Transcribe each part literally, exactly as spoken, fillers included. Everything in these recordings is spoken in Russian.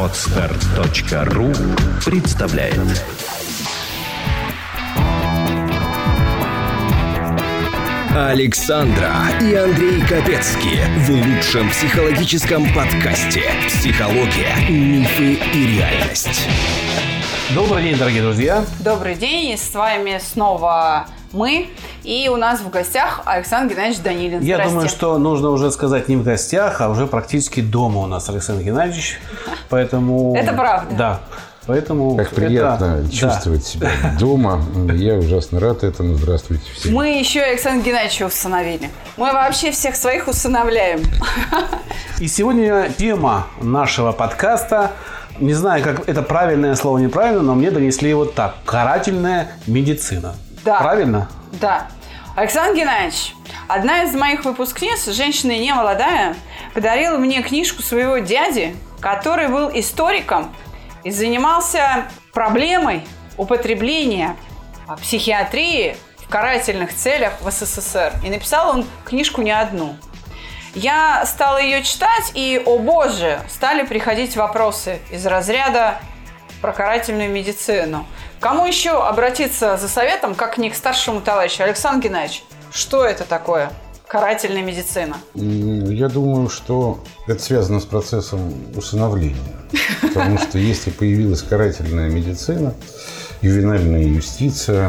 Подстер точка ру представляет. Александра и Андрей Капецки в лучшем психологическом подкасте «Психология, мифы и реальность». Добрый день, дорогие друзья. Добрый день, и с вами снова мы. И у нас в гостях Александр Геннадьевич Данилин. Я думаю, что нужно уже сказать не в гостях, а уже практически дома у нас Александр Геннадьевич. Поэтому... Это правда. Да. Поэтому как приятно это... чувствовать да. себя дома. Я ужасно рад этому. Здравствуйте всем. Мы еще и Александра Геннадьевича усыновили. Мы вообще всех своих усыновляем. И сегодня тема нашего подкаста, не знаю, как это правильное слово, неправильно, но мне донесли вот так. Карательная медицина. Да. Правильно? Да. Александр Геннадьевич, одна из моих выпускниц, женщина не молодая, подарила мне книжку своего дяди, который был историком и занимался проблемой употребления психиатрии в карательных целях в СССР. И написал он книжку не одну. Я стала ее читать, и, о боже, стали приходить вопросы из разряда про карательную медицину. Кому еще обратиться за советом, как не к старшему товарищу? Александр Геннадьевич, что это такое карательная медицина? Я думаю, что это связано с процессом усыновления. Потому что если появилась карательная медицина, ювенальная юстиция,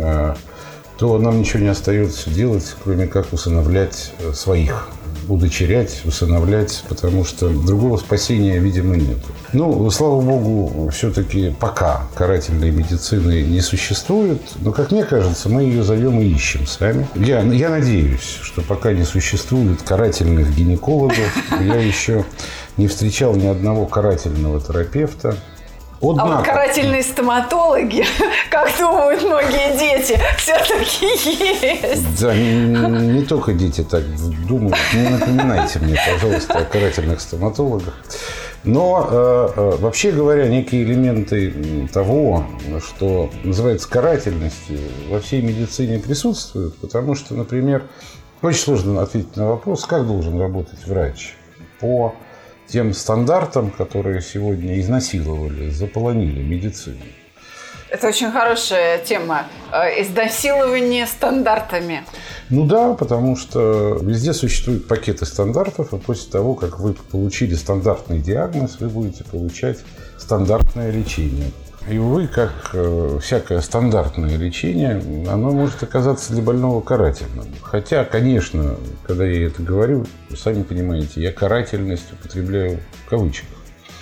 то нам ничего не остается делать, кроме как усыновлять своих. Удочерять, усыновлять, потому что другого спасения, видимо, нет. Ну, слава богу, все-таки пока карательной медицины не существует, но, как мне кажется, мы ее зовем и ищем сами. Я, я надеюсь, что пока не существует карательных гинекологов, я еще не встречал ни одного карательного терапевта. Однако. А вот карательные стоматологи, как думают многие дети, все-таки есть. Да, не, не только дети так думают. Не напоминайте мне, пожалуйста, о карательных стоматологах. Но, э, вообще говоря, некие элементы того, что называется карательностью, во всей медицине присутствуют. Потому что, например, очень сложно ответить на вопрос, как должен работать врач по тем стандартам, которые сегодня изнасиловали, заполонили медицину. Это очень хорошая тема. Изнасилование стандартами. Ну да, потому что везде существуют пакеты стандартов, и после того, как вы получили стандартный диагноз, вы будете получать стандартное лечение. И, увы, как всякое стандартное лечение, оно может оказаться для больного карательным. Хотя, конечно, когда я это говорю, вы сами понимаете, я карательность употребляю в кавычках.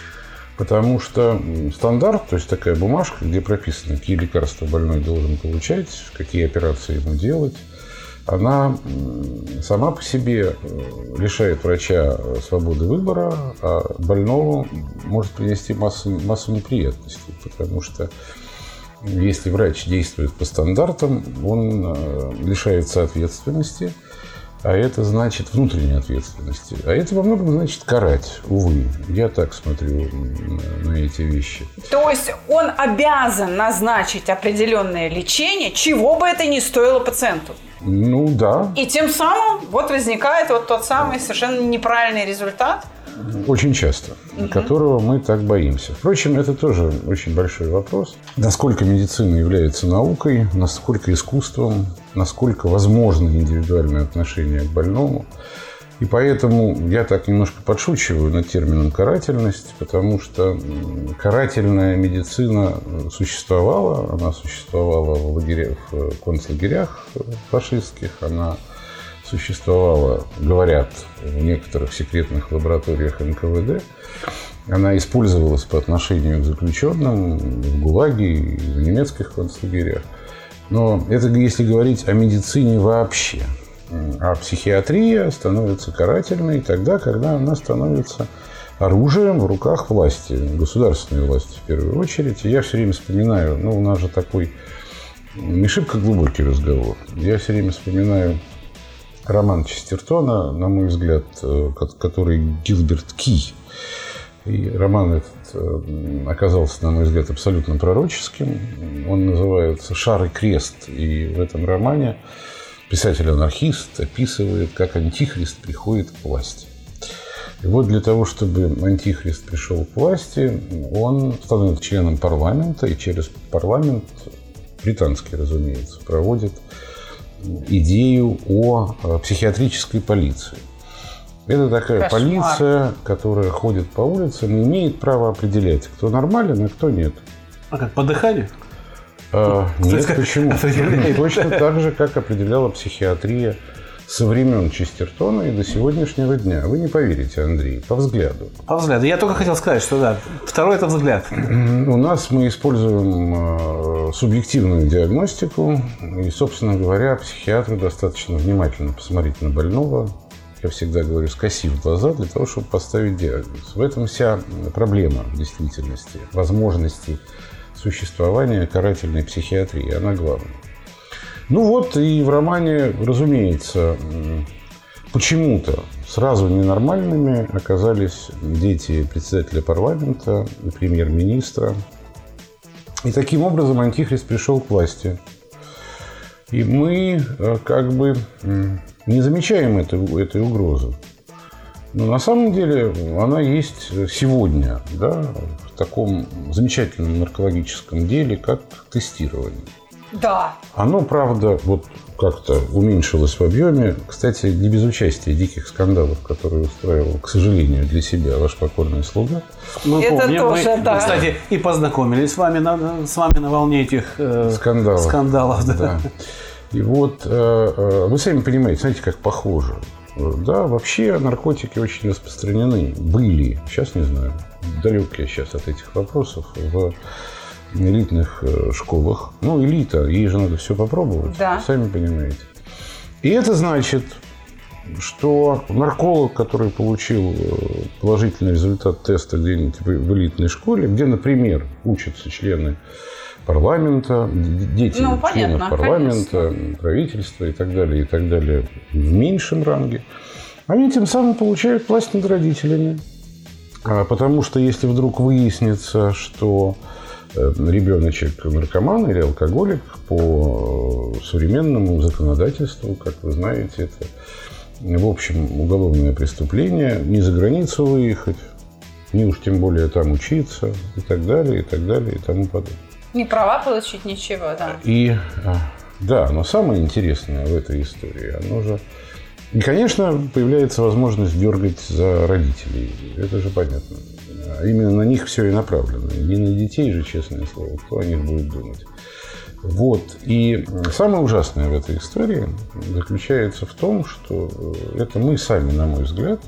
Потому что стандарт, то есть такая бумажка, где прописано, какие лекарства больной должен получать, какие операции ему делать, она сама по себе лишает врача свободы выбора, а больному может принести массу, массу неприятностей. Потому что если врач действует по стандартам, он лишается ответственности, а это значит внутренней ответственности. А это во многом значит карать, увы. Я так смотрю на эти вещи. То есть он обязан назначить определенное лечение, чего бы это ни стоило пациенту? Ну, да. И тем самым вот возникает вот тот самый совершенно неправильный результат? Очень часто, угу. которого мы так боимся. Впрочем, это тоже очень большой вопрос. Насколько медицина является наукой, насколько искусством, насколько возможно индивидуальное отношение к больному. И поэтому я так немножко подшучиваю над термином «карательность», потому что карательная медицина существовала. Она существовала в, лагерях, в концлагерях фашистских, она существовала, говорят, в некоторых секретных лабораториях эн ка вэ дэ. Она использовалась по отношению к заключенным в ГУЛАГе и в немецких концлагерях. Но это если говорить о медицине вообще. А психиатрия становится карательной тогда, когда она становится оружием в руках власти, государственной власти в первую очередь. И я все время вспоминаю, ну, у нас же такой не шибко глубокий разговор. Я все время вспоминаю роман Честертона, на мой взгляд, который Гилберт Ки. И роман этот оказался, на мой взгляд, абсолютно пророческим. Он называется «Шар и крест». И в этом романе писатель-анархист описывает, как антихрист приходит к власти. И вот для того, чтобы антихрист пришел к власти, он становится членом парламента, и через парламент, британский, разумеется, проводит идею о психиатрической полиции. Это такая Кошмар. полиция, которая ходит по улицам и имеет право определять, кто нормален, а кто нет. А как, по дыханию? А, нет, как почему? Точно так же, как определяла психиатрия со времен Честертона и до сегодняшнего дня. Вы не поверите, Андрей, по взгляду. По взгляду. Я только хотел сказать, что да. Второй – это взгляд. У нас мы используем субъективную диагностику. И, собственно говоря, психиатру достаточно внимательно посмотреть на больного. Я всегда говорю, скосив глаза, для того, чтобы поставить диагноз. В этом вся проблема в действительности, возможности существования карательной психиатрии. Она главная. Ну вот, и в романе, разумеется, почему-то сразу ненормальными оказались дети председателя парламента и премьер-министра. И таким образом антихрист пришел к власти. И мы как бы не замечаем эту, этой угрозы. Но на самом деле она есть сегодня, да, в таком замечательном наркологическом деле, как тестирование. Да. Оно, правда, вот как-то уменьшилось в объеме. Кстати, не без участия диких скандалов, которые устраивал, к сожалению, для себя ваш покорный слуга. Мы Это помним, тоже, мы, да. Кстати, и познакомились с вами на, с вами на волне этих э, скандалов. скандалов да. Да. И вот э, вы сами понимаете, знаете, как похоже. Да, вообще наркотики очень распространены. Были, сейчас не знаю, далек я сейчас от этих вопросов, в элитных школах. Ну, элита, ей же надо все попробовать, да. Сами понимаете. И это значит, что нарколог, который получил положительный результат теста где-нибудь в элитной школе, где, например, учатся члены парламента, дети ну, членов понятно, парламента, конечно. Правительства и так далее, и так далее в меньшем ранге, они тем самым получают власть над родителями. Потому что если вдруг выяснится, что ребеночек наркоман или алкоголик, по современному законодательству, как вы знаете, это, в общем, уголовное преступление, не за границу выехать, не уж тем более там учиться и так далее, и так далее, и тому подобное. Не права получить, ничего, да. И да, но самое интересное в этой истории, оно же... И, конечно, появляется возможность дергать за родителей. Это же понятно. Именно на них все и направлено. Не на детей же, честное слово, кто о них будет думать. Вот. И самое ужасное в этой истории заключается в том, что это мы сами, на мой взгляд,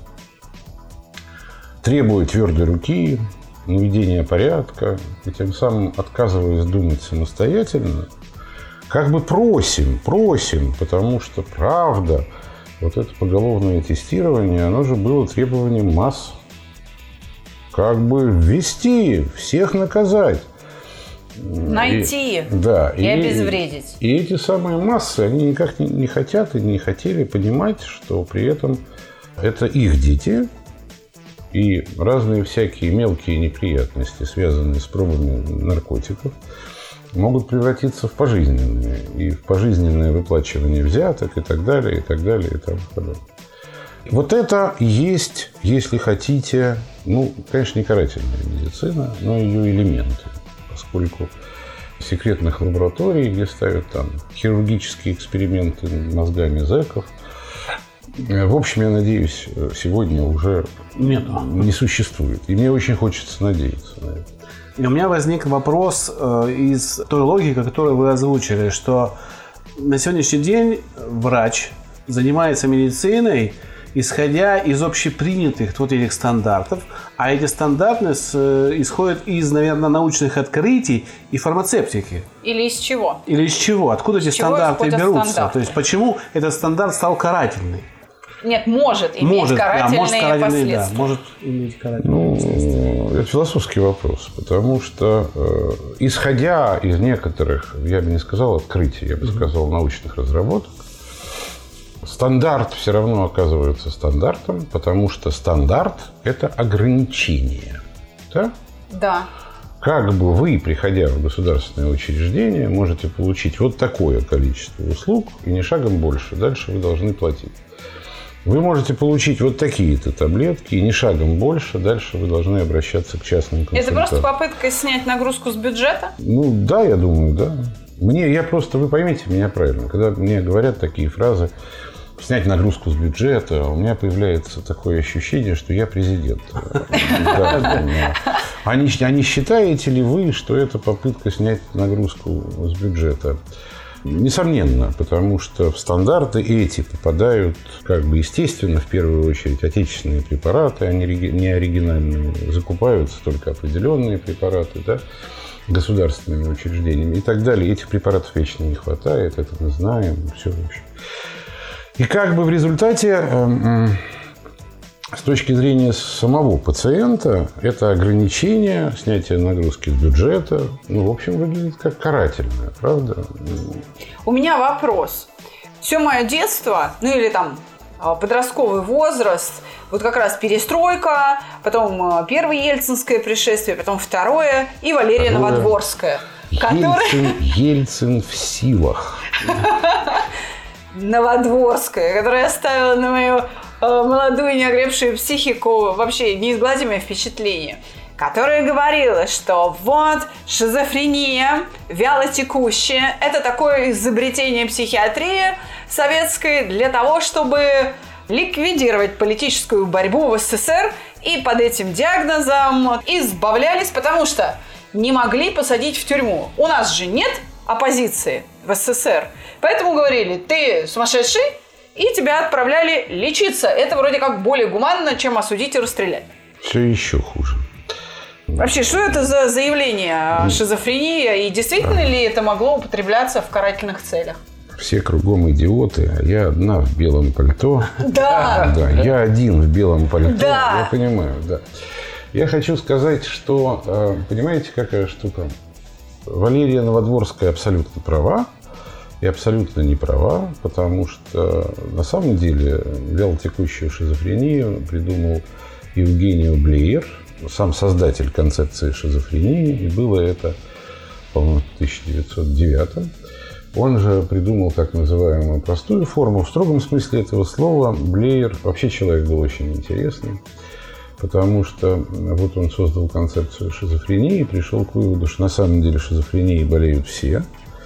требуя твердой руки, наведения порядка, и тем самым отказываясь думать самостоятельно, как бы просим, просим, потому что правда, вот это поголовное тестирование, оно же было требованием масс. Как бы ввести, всех наказать. Найти и, да, и, и обезвредить. И, и эти самые массы, они никак не, не хотят и не хотели понимать, что при этом это их дети, и разные всякие мелкие неприятности, связанные с пробами наркотиков, могут превратиться в пожизненные. И в пожизненное выплачивание взяток и так далее, и так далее, и тому подобное. Вот это и есть, если хотите, ну, конечно, не карательная медицина, но ее элементы. Поскольку в секретных лабораториях, где ставят там хирургические эксперименты над мозгами зэков, в общем, я надеюсь, сегодня уже Нету. не существует. И мне очень хочется надеяться на это. И у меня возник вопрос э, из той логики, которую вы озвучили, что на сегодняшний день врач занимается медициной, исходя из общепринятых вот этих стандартов, а эти стандарты с, э, исходят из, наверное, научных открытий и фармацевтики. Или из чего? Или из чего? Откуда эти стандарты берутся? Стандарты? То есть почему этот стандарт стал карательный? Нет, может иметь может, карательные, да, может, карательные последствия. Да, может иметь карательные ну, последствия. Это философский вопрос, потому что, э, исходя из некоторых, я бы не сказал открытий, я бы mm-hmm. сказал научных разработок, стандарт все равно оказывается стандартом, потому что стандарт – это ограничение. Да? Да. Как бы вы, приходя в государственное учреждение, можете получить вот такое количество услуг и ни шагом больше. Дальше вы должны платить. Вы можете получить вот такие-то таблетки, и ни шагом больше, дальше вы должны обращаться к частным консультантам. Это просто попытка снять нагрузку с бюджета? Ну, да, я думаю, да. Мне, я просто, вы поймите меня правильно, когда мне говорят такие фразы, снять нагрузку с бюджета, у меня появляется такое ощущение, что я президент. А не считаете ли вы, что это попытка снять нагрузку с бюджета? Несомненно, потому что в стандарты эти попадают, как бы естественно, в первую очередь, отечественные препараты, они не оригинальные, закупаются только определенные препараты, да, государственными учреждениями и так далее. Этих препаратов вечно не хватает, это мы знаем, все в общем. И как бы в результате, с точки зрения самого пациента, это ограничение, снятие нагрузки с бюджета, ну, в общем, выглядит как карательное, правда? У меня вопрос. Все мое детство, ну или там подростковый возраст, вот как раз перестройка, потом первое ельцинское пришествие, потом второе и Валерия второе. Новодворская. Ельцин, которая... Ельцин в силах. Новодворская, которая оставила на мою молодую неокрепшую психику вообще неизгладимое впечатление, которая говорила, что вот шизофрения вялотекущая – это такое изобретение психиатрии советской для того, чтобы ликвидировать политическую борьбу в СССР, и под этим диагнозом избавлялись, потому что не могли посадить в тюрьму. У нас же нет оппозиции в СССР, поэтому говорили: ты сумасшедший, и тебя отправляли лечиться. Это вроде как более гуманно, чем осудить и расстрелять. Все еще хуже. Вообще, что это за заявление шизофрения? И действительно ли это могло употребляться в карательных целях? Все кругом идиоты, а я одна в белом пальто. Да. Да, я один в белом пальто. Да. Я понимаю, да. Я хочу сказать, что, понимаете, какая штука? Валерия Новодворская абсолютно права. И абсолютно не права, потому что на самом деле вялотекущую шизофрению придумал Евгенио Блеер, сам создатель концепции шизофрении, и было это, по-моему, в тысяча девятьсот девятом. Он же придумал так называемую простую форму. В строгом смысле этого слова Блеер вообще человек был очень интересный, потому что вот он создал концепцию шизофрении и пришел к выводу, что на самом деле шизофренией болеют все,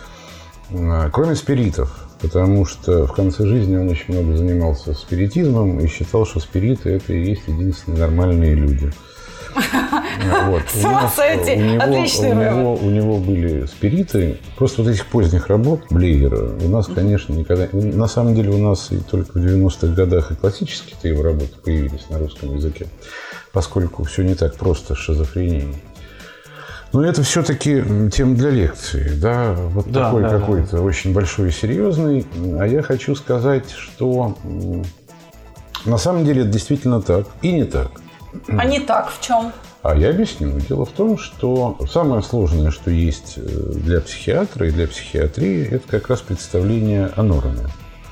кроме спиритов, потому что в конце жизни он очень много занимался спиритизмом и считал, что спириты – это и есть единственные нормальные люди. Вот. У, нас, у, него, у, него, у него были спириты. Просто вот этих поздних работ Блеера у нас, конечно, никогда... На самом деле у нас и только в девяностых годах и классические-то его работы появились на русском языке, поскольку все не так просто с шизофренией. Но это все-таки тема для лекции, да, вот да, такой да, какой-то да. очень большой и серьезный. А я хочу сказать, что на самом деле это действительно так и не так. А не так в чем? А я объясню. Дело в том, что самое сложное, что есть для психиатра и для психиатрии, это как раз представление о норме.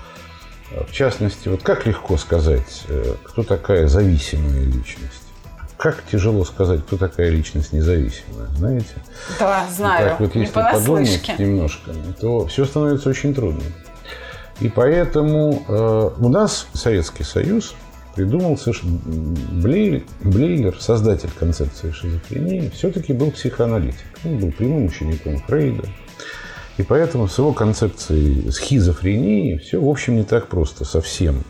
В частности, вот как легко сказать, кто такая зависимая личность? Как тяжело сказать, кто такая личность независимая, знаете? Да, знаю. Так вот, если подумать немножко, то все становится очень трудно. И поэтому э, у нас Советский Союз придумал Блейлер, Блейлер, создатель концепции шизофрении, все-таки был психоаналитик. Он был прямым учеником Фрейда. И поэтому с его концепцией схизофрении все, в общем, не так просто совсем.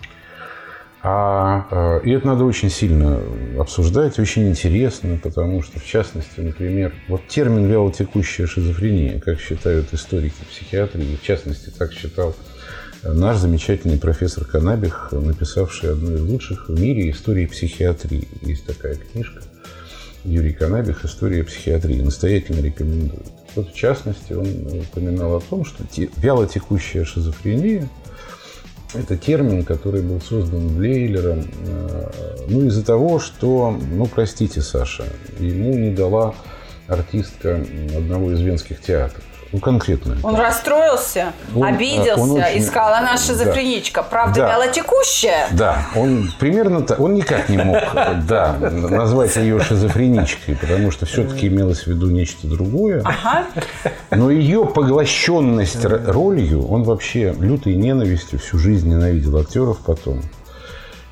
А, и это надо очень сильно обсуждать, очень интересно, потому что, в частности, например, вот термин «вялотекущая шизофрения», как считают историки психиатрии, в частности, так считал наш замечательный профессор Канабих, написавший одну из лучших в мире истории психиатрии. Есть такая книжка Юрий Канабих «История психиатрии». Настоятельно рекомендую. Вот, в частности, он упоминал о том, что вялотекущая шизофрения – это термин, который был создан Блейлером, ну, из-за того, что, ну, простите, Саша, ему не дала артистка одного из венских театров. Ну, конкретно. Он расстроился, он, обиделся он очень... и сказал: она шизофреничка. Да. Правда, да. вялотекущая? Да, он примерно так. Он никак не мог да, назвать ее шизофреничкой, потому что все-таки имелось в виду нечто другое. Ага. Но ее поглощенность ролью, он вообще лютой ненавистью всю жизнь ненавидел актеров потом.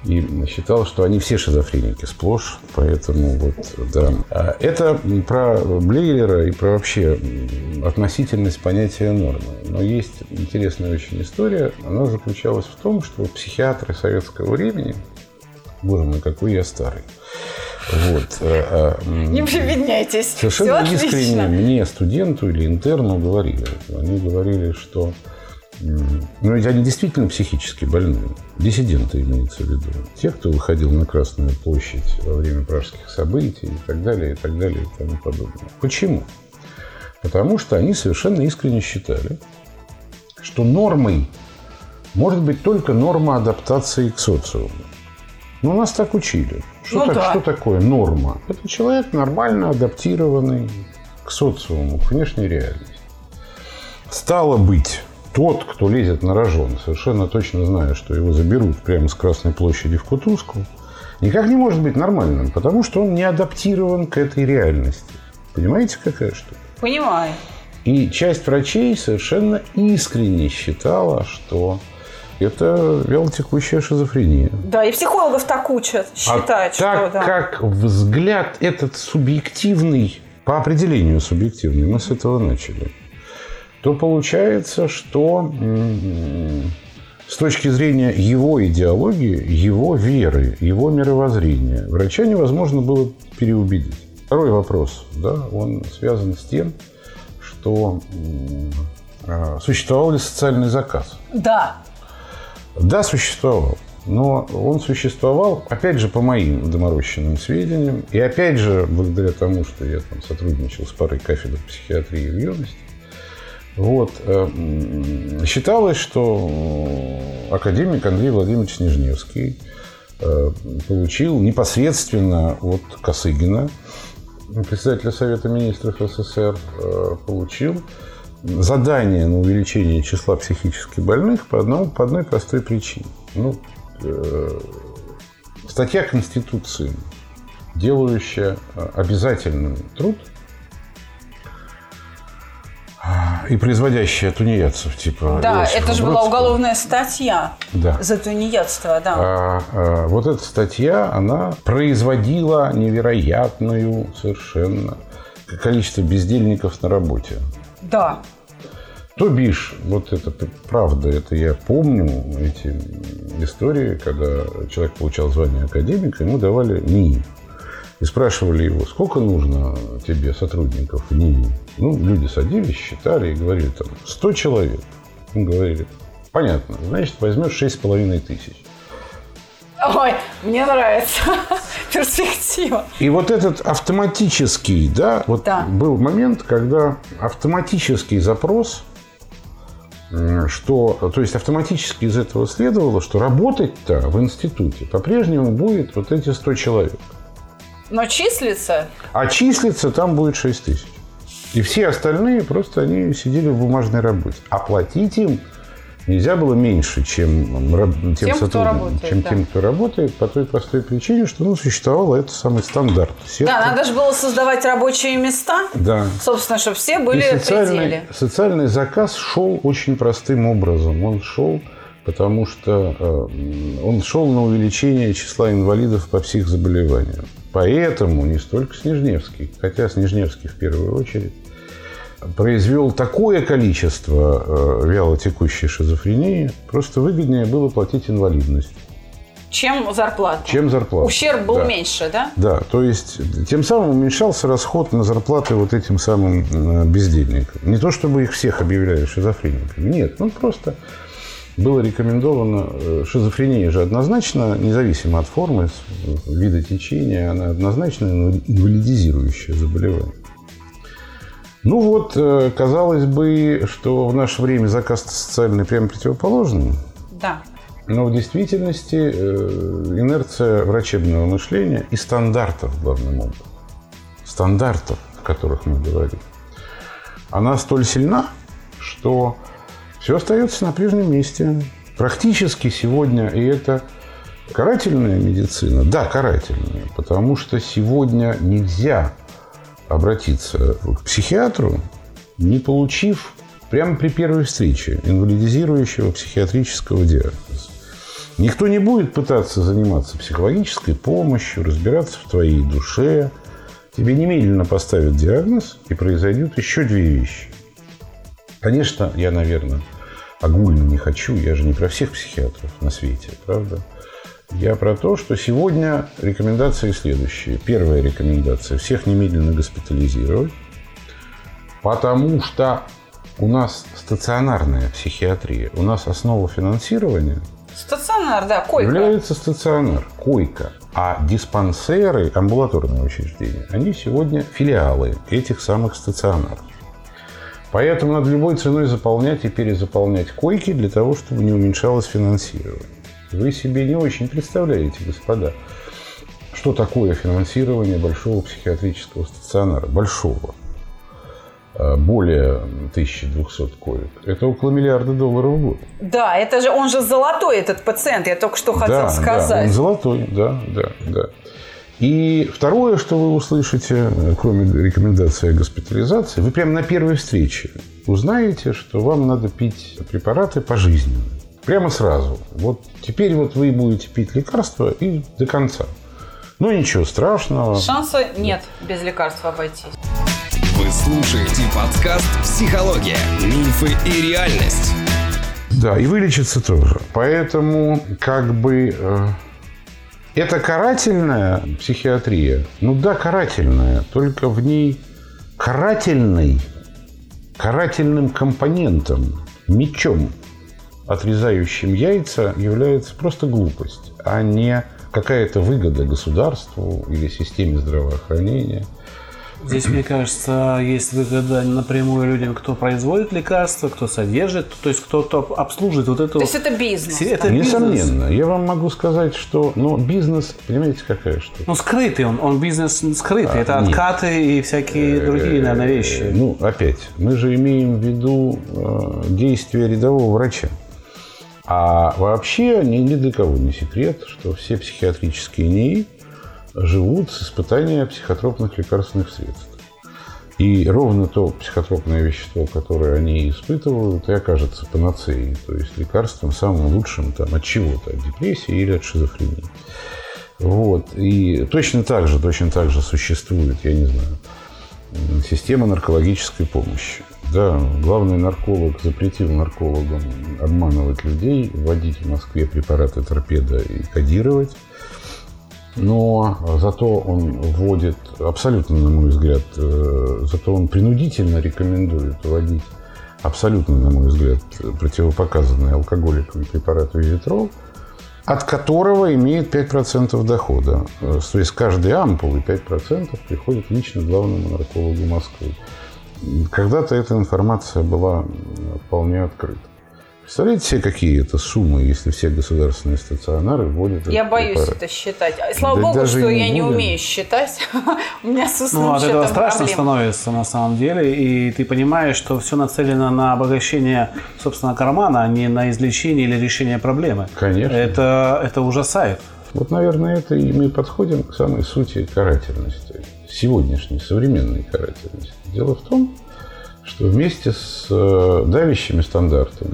И считал, что они все шизофреники сплошь, поэтому вот, да. Это про Блейлера и про вообще относительность понятия нормы. Но есть интересная очень история. Она заключалась в том, что психиатры советского времени, боже мой, какой я старый, вот, не прибедняйтесь. Совершенно искренне мне, студенту или интерну, говорили. Они говорили, что ну, ведь они действительно психически больные. Диссиденты имеется в виду. Те, кто выходил на Красную площадь во время пражских событий и так далее, и так далее, и тому подобное. Почему? Потому что они совершенно искренне считали, что нормой может быть только норма адаптации к социуму. Ну, нас так учили. Что, ну, так, да. что такое норма? Это человек нормально адаптированный к социуму, к внешней реальности. Стало быть, тот, кто лезет на рожон, совершенно точно зная, что его заберут прямо с Красной площади в Кутузку, никак не может быть нормальным, потому что он не адаптирован к этой реальности. Понимаете, какая штука? Понимаю. И часть врачей совершенно искренне считала, что это вялотекущая шизофрения. Да, и психологов так учат, считают, а что так да. как взгляд этот субъективный, по определению субъективный, мы с этого начали, то получается, что с точки зрения его идеологии, его веры, его мировоззрения, врача невозможно было переубедить. Второй вопрос, да, он связан с тем, что существовал ли социальный заказ. Да. Да, существовал. Но он существовал, опять же, по моим доморощенным сведениям, и опять же, благодаря тому, что я там сотрудничал с парой кафедр психиатрии в юности. Вот. Считалось, что академик Андрей Владимирович Снежневский получил непосредственно от Косыгина, председателя Совета министров СССР, получил задание на увеличение числа психически больных по, одному, по одной простой причине. Ну, э, статья Конституции, делающая обязательным труд и производящая тунеядцев, типа... Да, это же была уголовная статья да. за тунеядство, да. А, а, вот эта статья, она производила невероятную совершенно количество бездельников на работе. Да. То бишь, вот это правда, это я помню, эти истории, когда человек получал звание академика, ему давали НИИ. И спрашивали его, сколько нужно тебе сотрудников в НИИ? Ну, люди садились, считали и говорили, там, сто человек. Мы говорили, понятно, значит, возьмешь шесть с половиной тысяч. Ой, мне нравится перспектива. И вот этот автоматический, да, вот да. был момент, когда автоматический запрос, что, то есть автоматически из этого следовало, что работать-то в институте по-прежнему будет вот эти сто человек. Но числится? А числится там будет шесть тысяч. И все остальные просто они сидели в бумажной работе. А платить им нельзя было меньше, чем тем, тем сотрудникам, чем да. тем, кто работает, по той простой причине, что ну, существовал это самый стандарт. Сетка. Да, надо же было создавать рабочие места, да. собственно, чтобы все были И в социальный, пределе. социальный заказ шел очень простым образом. Он шел, потому что э, он шел на увеличение числа инвалидов по психзаболеваниям. Поэтому не столько Снежневский, хотя Снежневский в первую очередь, произвел такое количество э, вялотекущей шизофрении, просто выгоднее было платить инвалидность. Чем зарплату. Чем зарплату. Ущерб был да. меньше, да? Да, то есть тем самым уменьшался расход на зарплаты вот этим самым э, бездельникам. Не то, чтобы их всех объявляли шизофрениками. Нет, ну просто было рекомендовано, шизофрения же однозначно, независимо от формы, вида течения, она однозначно инвалидизирующее заболевание. Ну вот, казалось бы, что в наше время заказ социальный прямо противоположный. Да. Но в действительности инерция врачебного мышления и стандартов, главным образом, стандартов, о которых мы говорим, она столь сильна, что все остается на прежнем месте. Практически сегодня, и это карательная медицина, да, карательная, потому что сегодня нельзя обратиться к психиатру, не получив прямо при первой встрече инвалидизирующего психиатрического диагноза. Никто не будет пытаться заниматься психологической помощью, разбираться в твоей душе. Тебе немедленно поставят диагноз, и произойдут еще две вещи. Конечно, я, наверное, огульно не хочу. Я же не про всех психиатров на свете, правда? Я про то, что сегодня рекомендации следующие. Первая рекомендация – всех немедленно госпитализировать, потому что у нас стационарная психиатрия. У нас основа финансирования Стационар, да, койка. является стационар, койка. А диспансеры, амбулаторные учреждения, они сегодня филиалы этих самых стационаров. Поэтому надо любой ценой заполнять и перезаполнять койки для того, чтобы не уменьшалось финансирование. Вы себе не очень представляете, господа, что такое финансирование большого психиатрического стационара. Большого. Более тысячи двухсот коек. Это около миллиарда долларов в год. Да, это же он же золотой, этот пациент, я только что хотел да, сказать. Да, он золотой, да, да, да. И второе, что вы услышите, кроме рекомендации о госпитализации, вы прямо на первой встрече узнаете, что вам надо пить препараты пожизненно. Прямо сразу. Вот теперь вот вы будете пить лекарства и до конца. Ну, ничего страшного. Шанса нет без лекарств обойтись. Вы слушаете подкаст «Психология. Мифы и реальность». Да, и вылечиться тоже. Поэтому, как бы, э, это карательная психиатрия. Ну да, карательная. Только в ней карательный, карательным компонентом, мечом, отрезающим яйца, является просто глупость, а не какая-то выгода государству или системе здравоохранения. Здесь, мне кажется, есть выгода напрямую людям, кто производит лекарства, кто содержит, то есть кто, кто обслуживает вот эту... То есть это бизнес. Это Несомненно. бизнес. Я вам могу сказать, что но бизнес, понимаете, какая штука? Ну, скрытый он, он бизнес скрытый. А, это нет. откаты и всякие другие, наверное, вещи. Ну, опять, мы же имеем в виду э, действия рядового врача. А вообще ни, ни для кого не секрет, что все психиатрические НИИ живут с испытания психотропных лекарственных средств. И ровно то психотропное вещество, которое они испытывают, и окажется панацеей, то есть лекарством самым лучшим там, от чего-то, от депрессии или от шизофрении. Вот. И точно так же, точно так же существует, я не знаю, система наркологической помощи. Да, главный нарколог запретил наркологам обманывать людей, вводить в Москве препараты торпеда и кодировать. Но зато он вводит, абсолютно, на мой взгляд, зато он принудительно рекомендует вводить, абсолютно, на мой взгляд, противопоказанный алкоголиковый препарат визитрол, от которого имеет пять процентов дохода. То есть с каждой ампулы пять процентов приходит лично главному наркологу Москвы. Когда-то эта информация была вполне открыта. Представляете себе, какие это суммы, если все государственные стационары вводят Я этот боюсь препарат? это считать. Слава Да богу, даже что не я не будем. умею считать. У меня с устным Ну, от этого счетом страшно проблемы. становится на самом деле, и ты понимаешь, что все нацелено на обогащение, собственно, кармана, а не на излечение или решение проблемы. Конечно. Это, это ужасает. Вот, наверное, это и мы подходим к самой сути карательности, сегодняшней современной карательности. Дело в том, что вместе с э, давящими стандартами,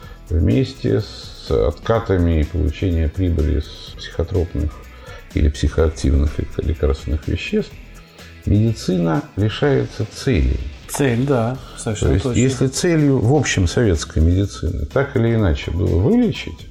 вместе с откатами и получением прибыли с психотропных или психоактивных лекарственных веществ, медицина лишается цели. Цель, да, То совершенно есть, точно. если целью в общем советской медицины так или иначе было вылечить,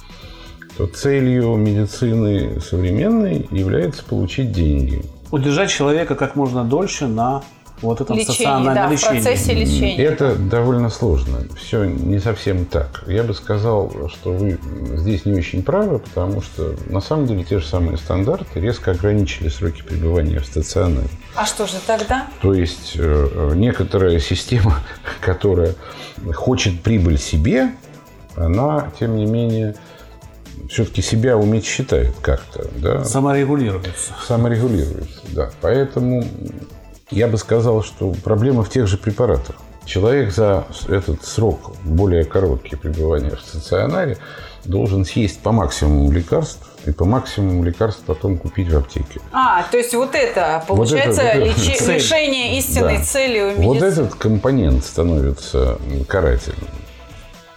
то целью медицины современной является получить деньги. Удержать человека как можно дольше на вот этом Лечение, стационарном да, в лечении. процессе лечения. Это довольно сложно. Все не совсем так. Я бы сказал, что вы здесь не очень правы, потому что на самом деле те же самые стандарты резко ограничили сроки пребывания в стационаре. А что же тогда? То есть э, некоторая система, которая хочет прибыль себе, она, тем не менее, все-таки себя уметь считает как-то. Да? Саморегулируется. Саморегулируется, да. Поэтому я бы сказал, что проблема в тех же препаратах. Человек за этот срок, более короткий пребывания в стационаре, должен съесть по максимуму лекарств и по максимуму лекарств потом купить в аптеке. А, то есть вот это, получается, Вот это, вот это. лечи- Цель. лишение истинной Да. цели у медицины. Вот этот компонент становится карательным.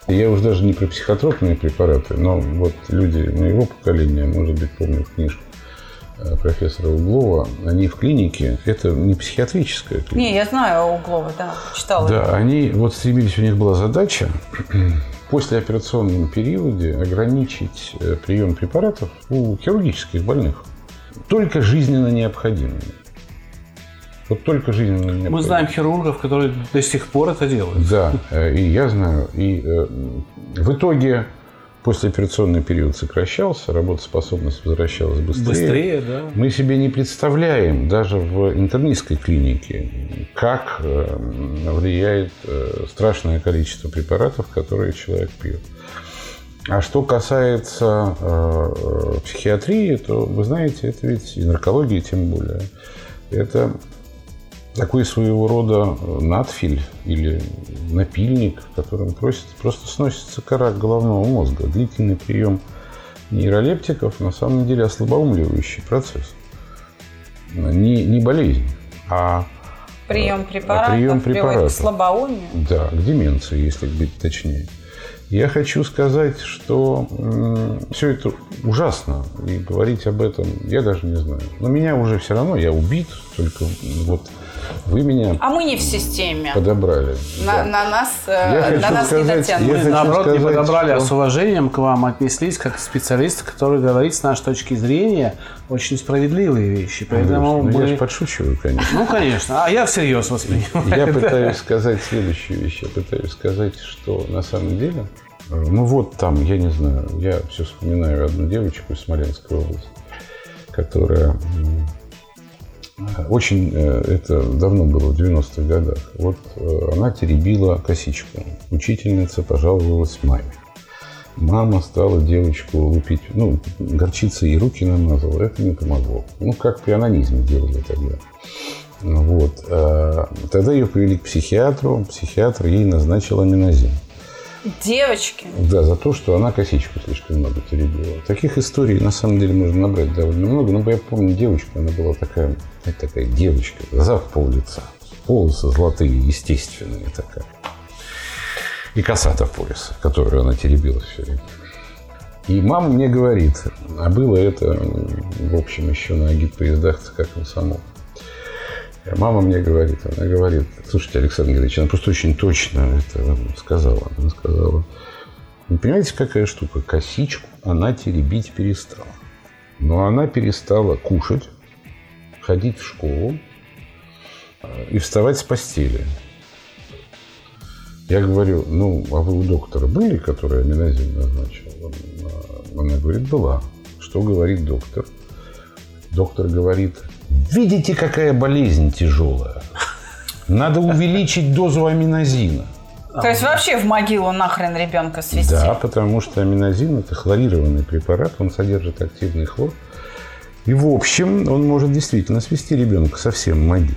Я уже даже не про психотропные препараты, но вот люди моего поколения, может быть, помнят книжку профессора Углова, они в клинике, это не психиатрическая клиника. Не, я знаю Углова, да, читала. Да, они вот стремились, у них была задача в послеоперационном периоде ограничить прием препаратов у хирургических больных только жизненно необходимыми. Вот только жизненно необходимыми. Мы знаем хирургов, которые до сих пор это делают. Да, и я знаю. И в итоге послеоперационный период сокращался, работоспособность возвращалась быстрее. Быстрее, да. Мы себе не представляем даже в интернистской клинике, как влияет страшное количество препаратов, которые человек пьет. А что касается э, психиатрии, то, вы знаете, это ведь и наркологии тем более. Это такой своего рода надфиль или напильник, в котором просит, просто сносится кора головного мозга. Длительный прием нейролептиков на самом деле ослабоумливающий процесс. Не, не болезнь, а прием препаратов, а прием препаратов. К слабоумию. Да, к деменции, если быть точнее. Я хочу сказать, что м- все это ужасно, и говорить об этом я даже не знаю. Но меня уже все равно, я убит, только вот вы меня а мы не в системе. Подобрали. На, да. на нас, я на нас сказать, не дотянут. Мы, наоборот, сказать, не подобрали, что... а с уважением к вам отнеслись как специалист, который говорит с нашей точки зрения очень справедливые вещи. Поэтому ну, мы... Я же подшучиваю, конечно. Ну, конечно. А я всерьез воспринимаю. Я пытаюсь сказать следующую вещь. Я пытаюсь сказать, что на самом деле... Ну, вот там, я не знаю, я все вспоминаю одну девочку из Смоленской области, которая... Очень, это давно было, в девяностых годах. Вот она теребила косичку. Учительница пожаловалась маме. Мама стала девочку лупить, ну, горчицей ей руки намазала. Это не помогло. Ну, как при анонизме делали тогда. Вот. Тогда ее привели к психиатру. Психиатр ей назначил аминозин. Девочки? Да, за то, что она косичку слишком много теребила. Таких историй, на самом деле, можно набрать довольно много. Но я помню девочку, она была такая, такая девочка, глаза в пол лица, волосы золотые, естественные такая. И коса-то в пояс, которую она теребила все время. И мама мне говорит, а было это, в общем, еще на агитпоездах как комсомол. Мама мне говорит, она говорит, слушайте, Александр Геннадьевич, она просто очень точно это сказала. Она сказала, вы понимаете, какая штука? Косичку она теребить перестала. Но она перестала кушать, ходить в школу и вставать с постели. Я говорю, ну, а вы у доктора были, который аминозин назначил? Она говорит, была. Что говорит доктор? Доктор говорит... Видите, какая болезнь тяжелая? Надо увеличить дозу аминозина. То есть вообще в могилу нахрен ребенка свести? Да, потому что аминозин – это хлорированный препарат, он содержит активный хлор. И, в общем, он может действительно свести ребенка совсем в могилу.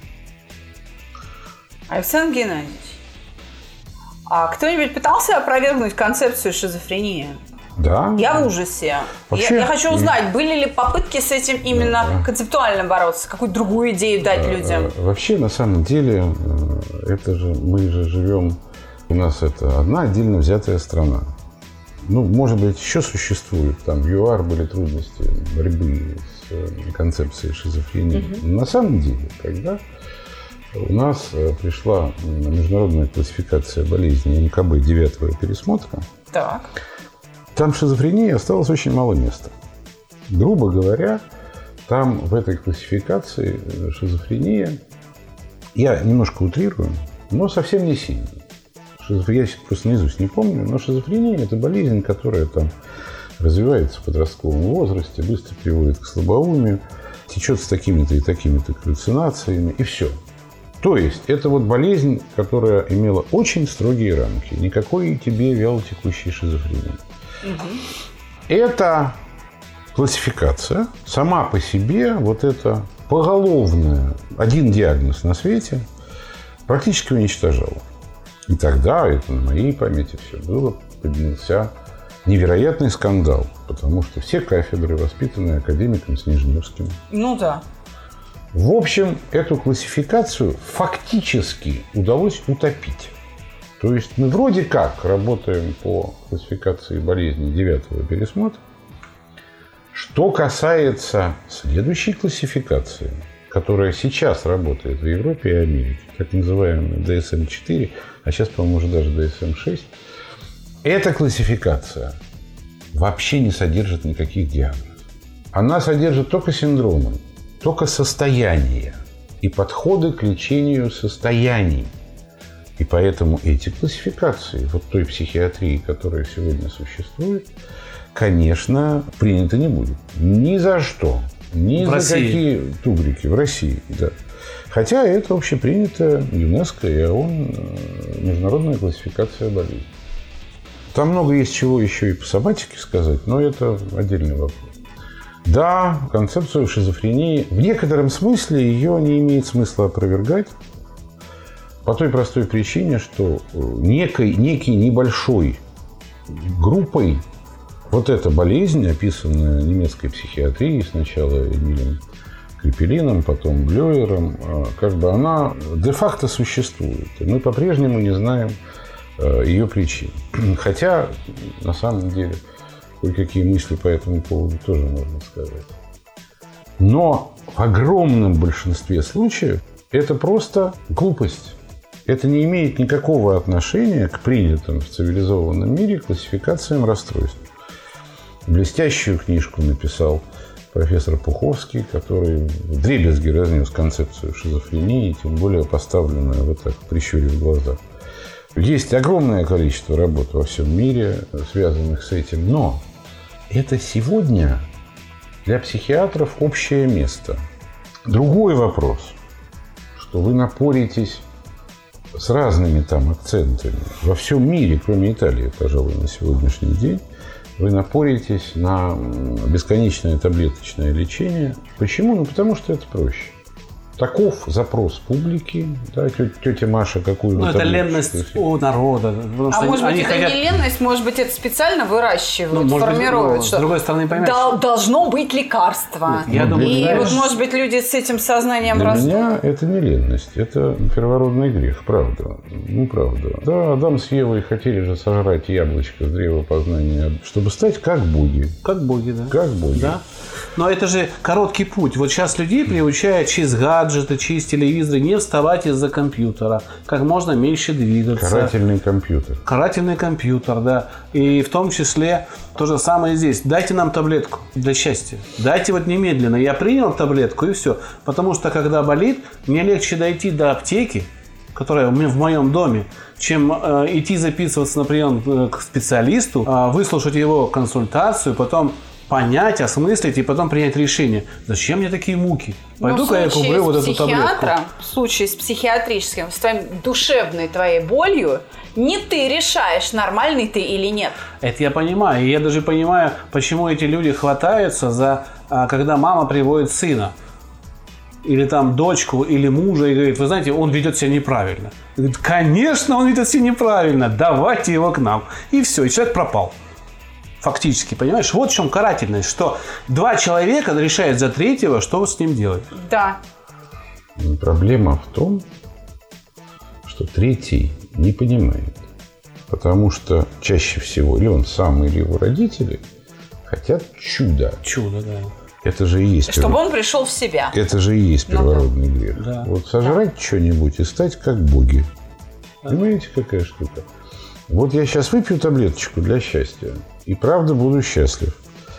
Александр Геннадьевич, а кто-нибудь пытался опровергнуть концепцию шизофрении? Да. Я в ужасе. Вообще, я, я хочу узнать, были ли попытки с этим именно да. концептуально бороться, какую-то другую идею дать людям? Вообще, на самом деле, это же мы же живем, у нас это одна отдельно взятая страна. Ну, может быть, еще существует, там в ЮАР были трудности борьбы с концепцией шизофрении. Угу. На самом деле, когда у нас пришла международная классификация болезней эм ка бэ девятого пересмотра, так. там шизофрении осталось очень мало места. Грубо говоря, там в этой классификации шизофрения, я немножко утрирую, но совсем не сильно. Шизофрения, я просто наизусть не помню, но шизофрения – это болезнь, которая там развивается в подростковом возрасте, быстро приводит к слабоумию, течет с такими-то и такими-то галлюцинациями, и все. То есть, это вот болезнь, которая имела очень строгие рамки. Никакой тебе вялотекущей шизофрении. Угу. Эта классификация сама по себе, вот эта поголовная, один диагноз на свете, практически уничтожала. И тогда, это на моей памяти все было, поднялся невероятный скандал, потому что все кафедры воспитаны академиком Снежневским. Ну да. В общем, эту классификацию фактически удалось утопить. То есть мы вроде как работаем по классификации болезней девятого пересмотра. Что касается следующей классификации, которая сейчас работает в Европе и Америке, так называемая ди эс эм четыре, а сейчас, по-моему, уже даже ди эс эм шесть, эта классификация вообще не содержит никаких диагнозов. Она содержит только синдромы, только состояния и подходы к лечению состояний. И поэтому эти классификации, вот той психиатрии, которая сегодня существует, конечно, принято не будет. Ни за что. Ни в за России. какие тугрики. В России, да. Хотя это общепринято ЮНЕСКО и ООН, международная классификация болезней. Там много есть чего еще и по соматике сказать, но это отдельный вопрос. Да, концепцию шизофрении в некотором смысле ее не имеет смысла опровергать. По той простой причине, что некой, некий небольшой группой вот эта болезнь, описанная немецкой психиатрией, сначала Эмилем Крепелиным, потом Блёером, как бы она де-факто существует. И мы по-прежнему не знаем ее причин. Хотя, на самом деле, кое-какие мысли по этому поводу тоже можно сказать. Но в огромном большинстве случаев это просто глупость. Это не имеет никакого отношения к принятым в цивилизованном мире классификациям расстройств. Блестящую книжку написал профессор Пуховский, который вдребезги разнес концепцию шизофрении, тем более поставленную вот так, прищурив глаза. Есть огромное количество работ во всем мире, связанных с этим, но это сегодня для психиатров общее место. Другой вопрос, что вы напоритесь с разными там акцентами. Во всем мире, кроме Италии, пожалуй, на сегодняшний день, вы напоритесь на бесконечное таблеточное лечение. Почему? Ну, потому что это проще. Таков запрос публики. Да, тетя Маша какую-то... Ну, это ленность у народа. А может быть, это хотят... не ленность, может быть, это специально выращивают, ну, формируют. Быть, что... С другой стороны, поймешь... Дол- должно быть лекарство. Нет, я ну, думаю, и знаешь... вот, может быть, люди с этим сознанием Для растут. Для меня это не ленность, это первородный грех, правда. Ну, правда. Да, Адам с Евой хотели же сожрать яблочко с древа познания, чтобы стать как боги. Как боги, да. Как боги. Да. Но это же короткий путь. Вот сейчас людей приучают через гаджеты, через телевизоры не вставать из-за компьютера, как можно меньше двигаться. Карательный компьютер. Карательный компьютер, да. И в том числе то же самое здесь. Дайте нам таблетку для счастья. Дайте вот немедленно. Я принял таблетку и все. Потому что когда болит, мне легче дойти до аптеки, которая в моем доме, чем э, идти записываться на прием к специалисту, э, выслушать его консультацию, потом понять, осмыслить и потом принять решение. Зачем мне такие муки? Пойду-ка я куплю вот эту таблетку. В случае с психиатрическим, с твоей душевной твоей болью, не ты решаешь, нормальный ты или нет. Это я понимаю. И я даже понимаю, почему эти люди хватаются за, когда мама приводит сына. Или там дочку, или мужа, и говорит, вы знаете, он ведет себя неправильно. И говорит, конечно, он ведет себя неправильно, давайте его к нам. И все, и человек пропал. Фактически, понимаешь? Вот в чем карательность, что два человека решают за третьего, что с ним делать. Да. Проблема в том, что третий не понимает. Потому что чаще всего или он сам, или его родители хотят чуда. Чудо, да. Это же и есть... Чтобы он пришел в себя. Это же и есть первородный ну, грех. Да. Вот сожрать да. что-нибудь и стать как боги. Да. Понимаете, какая штука? Вот я сейчас выпью таблеточку для счастья. И правда буду счастлив.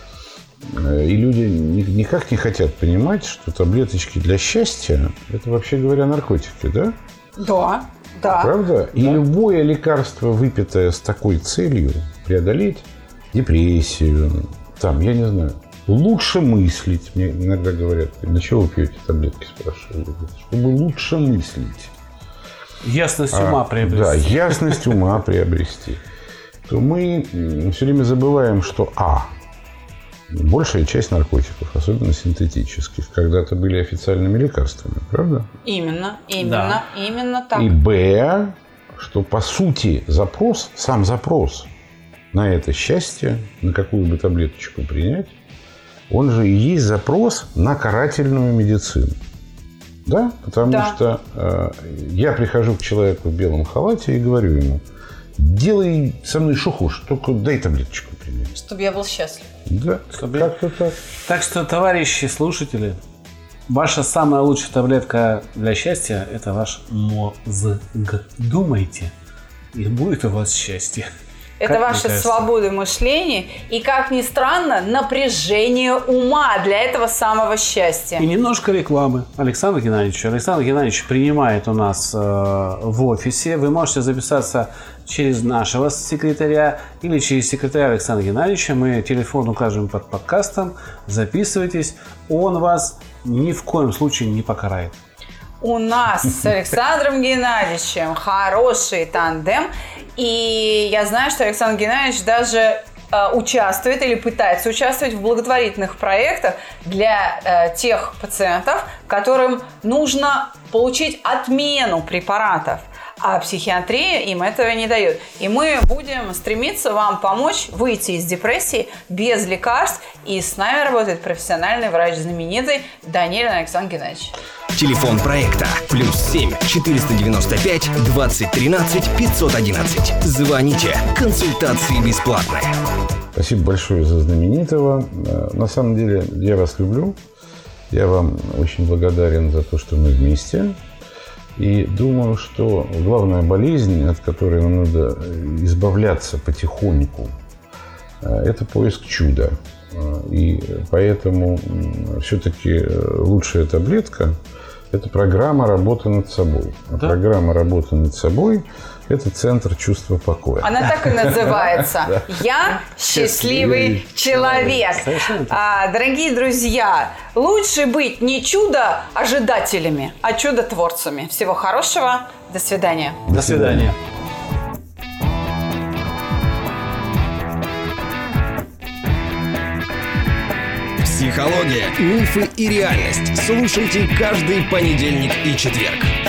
И люди никак не хотят понимать, что таблеточки для счастья – это, вообще говоря, наркотики, да? Да, да. Правда? Да. И любое лекарство, выпитое с такой целью преодолеть депрессию, там, я не знаю, лучше мыслить. Мне иногда говорят, для чего вы пьете таблетки, спрашиваю. Чтобы лучше мыслить. Ясность ума а, приобрести. Да, ясность ума приобрести. То мы все время забываем, что а. большая часть наркотиков, особенно синтетических, когда-то были официальными лекарствами, правда? Именно, именно, да. именно так. И б. что по сути запрос, сам запрос на это счастье, на какую бы таблеточку принять, он же и есть запрос на карательную медицину. Да, потому Да. что э, я прихожу к человеку в белом халате и говорю ему: делай со мной что хочешь, только дай таблеточку принять. Чтобы я был счастлив. Да, Чтобы- как-то так. Так что, товарищи слушатели, ваша самая лучшая таблетка для счастья – это ваш мозг. Думайте, и будет у вас счастье. Это Как мне ваша кажется. свобода мышления и, как ни странно, напряжение ума для этого самого счастья. И немножко рекламы Александру Геннадьевичу. Александр Геннадьевич принимает у нас э, в офисе. Вы можете записаться через нашего секретаря или через секретаря Александра Геннадьевича. Мы телефон укажем под подкастом. Записывайтесь. Он вас ни в коем случае не покарает. У нас с Александром Геннадьевичем хороший тандем. И я знаю, что Александр Геннадьевич даже э, участвует или пытается участвовать в благотворительных проектах для э, тех пациентов, которым нужно получить отмену препаратов. А психиатрия им этого не дает. И мы будем стремиться вам помочь выйти из депрессии без лекарств. И с нами работает профессиональный врач знаменитый Данилин Александр Геннадьевич. Телефон проекта плюс семь четыреста девяносто пять двадцать тринадцать пятьсот одиннадцать. Звоните. Консультации бесплатные. Спасибо большое за знаменитого. На самом деле, я вас люблю. Я вам очень благодарен за то, что мы вместе. И думаю, что главная болезнь, от которой нам надо избавляться потихоньку, это поиск чуда. И поэтому все-таки лучшая таблетка – это программа работы над собой. А Да. программа работы над собой – это центр чувства покоя. Она так и называется. Я счастливый человек. Совершенно так. А, дорогие друзья, лучше быть не чудо-ожидателями, а чудотворцами. Всего хорошего. До свидания. До свидания. Психология, мифы и реальность. Слушайте каждый понедельник и четверг.